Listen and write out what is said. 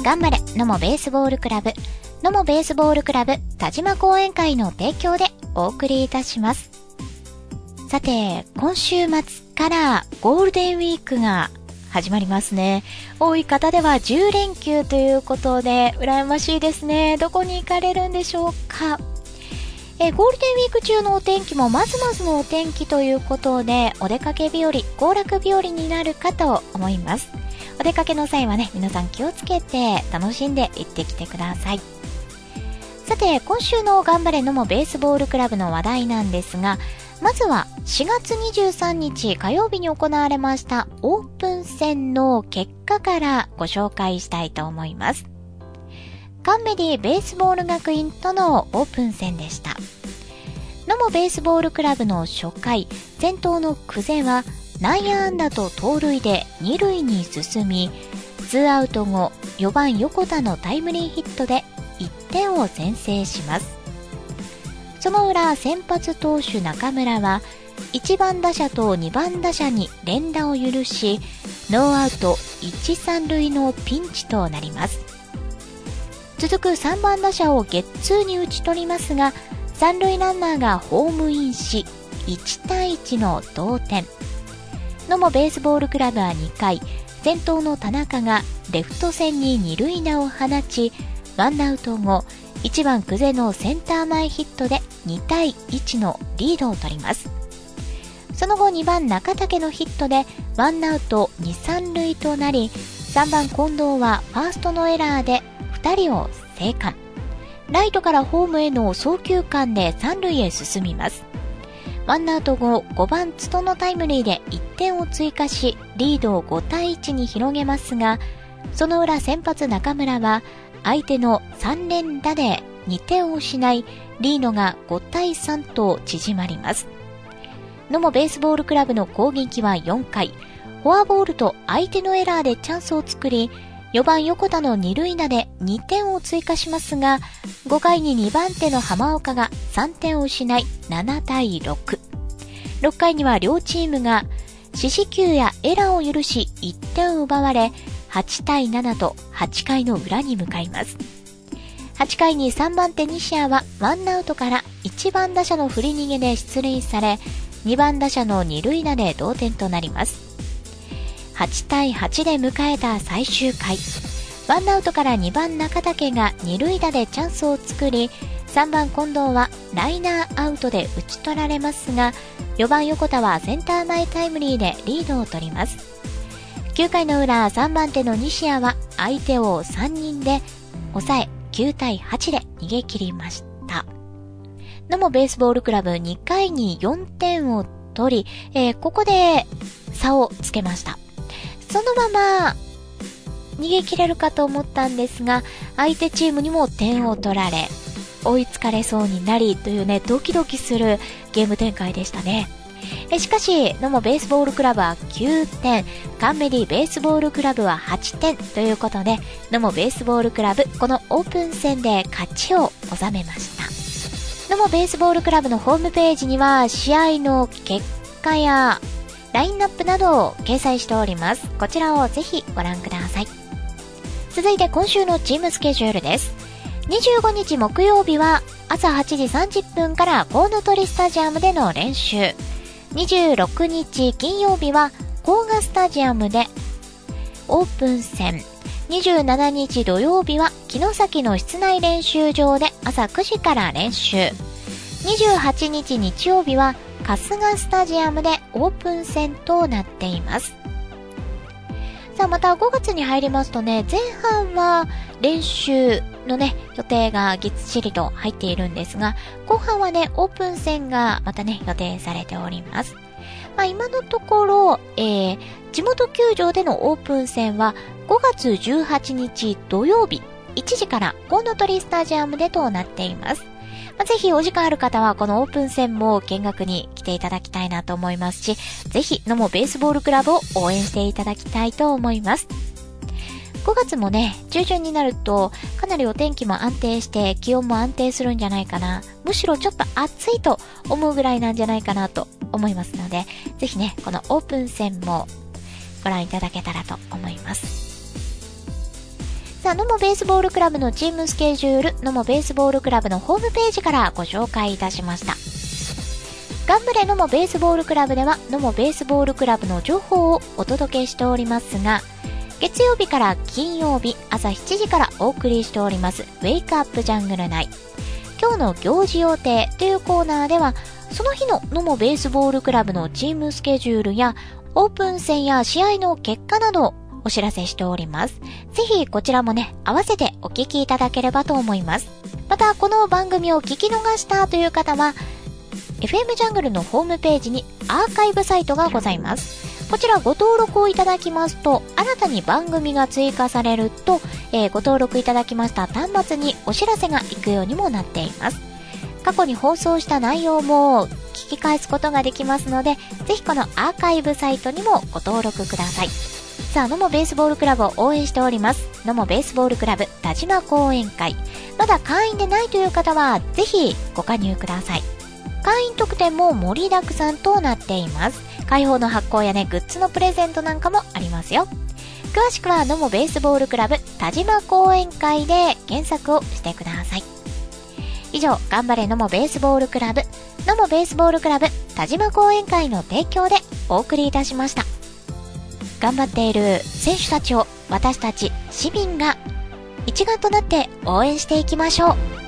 頑張れ野茂ベースボールクラブ、野茂ベースボールクラブ田島講演会の提供でお送りいたします。さて、今週末からゴールデンウィークが始まりますね。多い方では10連休ということで羨ましいですね。どこに行かれるんでしょうか。ゴールデンウィーク中のお天気もまずまずのお天気ということで、お出かけ日和、行楽日和になるかと思います。お出かけの際はね、皆さん気をつけて楽しんで行ってきてください。さて、今週の頑張れ野茂ベースボールクラブの話題なんですが、まずは4月23日火曜日に行われましたオープン戦の結果からご紹介したいと思います。カンメディベースボール学院とのオープン戦でした。野茂ベースボールクラブの初回、先頭の久世は内野安打と盗塁で2塁に進み、2アウト後4番横田のタイムリーヒットで1点を先制します。その裏、先発投手中村は1番打者と2番打者に連打を許し、ノーアウト1、3塁のピンチとなります。続く3番打者をゲッツーに打ち取りますが、3塁ランナーがホームインし、1対1の同点。野茂ベースボールクラブは2回、先頭の田中がレフト線に2塁打を放ち、ワンアウト後、1番久世のセンター前ヒットで2対1のリードを取ります。その後2番中竹のヒットでワンアウト2、3塁となり、3番近藤はファーストのエラーで2人を生還。ライトからホームへの送球間で3塁へ進みます。ワンアウト後、5番津戸のタイムリーで1点を追加し、リードを5対1に広げますが、その裏先発中村は相手の3連打で2点を失い、リードが5対3と縮まります。野茂ベースボールクラブの攻撃は4回、フォアボールと相手のエラーでチャンスを作り、4番横田の2塁打で2点を追加しますが、5回に2番手の浜岡が3点を失い7対6。6回には両チームが四死球やエラーを許し1点を奪われ、8対7と8回の裏に向かいます。8回に3番手西谷はワンアウトから1番打者の振り逃げで出塁され、2番打者の2塁打で同点となります。8対8で迎えた最終回、ワンアウトから2番中竹が2塁打でチャンスを作り、3番近藤はライナーアウトで打ち取られますが、4番横田はセンター前タイムリーでリードを取ります。9回の裏、3番手の西谷は相手を3人で抑え、9対8で逃げ切りました。野茂ベースボールクラブ2回に4点を取り、ここで差をつけました。そのまま逃げ切れるかと思ったんですが、相手チームにも点を取られ、追いつかれそうになりというね、ドキドキするゲーム展開でしたね。しかし野茂ベースボールクラブは9点、カンメディベースボールクラブは8点ということで、野茂ベースボールクラブこのオープン戦で勝ちを収めました。野茂ベースボールクラブのホームページには試合の結果やラインナップなどを掲載しております。こちらをぜひご覧ください。続いて今週のチームスケジュールです。25日木曜日は朝8時30分からコウノトリスタジアムでの練習。26日金曜日は甲賀スタジアムでオープン戦。27日土曜日は城崎の室内練習場で朝9時から練習。28日日曜日は春日スタジアムでオープン戦となっています。さあ、また5月に入りますとね、前半は練習のね予定がぎっちりと入っているんですが、後半はねオープン戦がまたね予定されております。今のところ、地元球場でのオープン戦は5月18日土曜日1時からコウノトリスタジアムでとなっています。ぜひお時間ある方はこのオープン戦も見学に来ていただきたいなと思いますし、ぜひ野茂ベースボールクラブを応援していただきたいと思います。5月もね中旬になるとかなりお天気も安定して気温も安定するんじゃないかな、むしろちょっと暑いと思うぐらいなんじゃないかなと思いますので、ぜひねこのオープン戦もご覧いただけたらと思います。 さあ、野茂ベースボールクラブのチームスケジュール、野茂ベースボールクラブのホームページからご紹介いたしました。頑張れ野茂ベースボールクラブでは、野茂ベースボールクラブの情報をお届けしておりますが、月曜日から金曜日朝7時からお送りしておりますウェイクアップジャングル内、今日の行事予定というコーナーでは、その日の野茂ベースボールクラブのチームスケジュールやオープン戦や試合の結果などをお知らせしております。ぜひこちらもね、合わせてお聞きいただければと思います。またこの番組を聞き逃したという方は、FM ジャングルのホームページにアーカイブサイトがございます。こちらご登録をいただきますと、新たに番組が追加されると、ご登録いただきました端末にお知らせが行くようにもなっています。過去に放送した内容も聞き返すことができますので、ぜひこのアーカイブサイトにもご登録ください。さあ、野茂ベースボールクラブを応援しております。野茂ベースボールクラブ田島講演会。まだ会員でないという方は、ぜひご加入ください。会員特典も盛りだくさんとなっています。開放の発行やね、グッズのプレゼントなんかもありますよ。詳しくは野茂ベースボールクラブ田島講演会で検索をしてください。以上、頑張れ野茂ベースボールクラブ、野茂ベースボールクラブ田島講演会の提供でお送りいたしました。頑張っている選手たちを私たち市民が一丸となって応援していきましょう。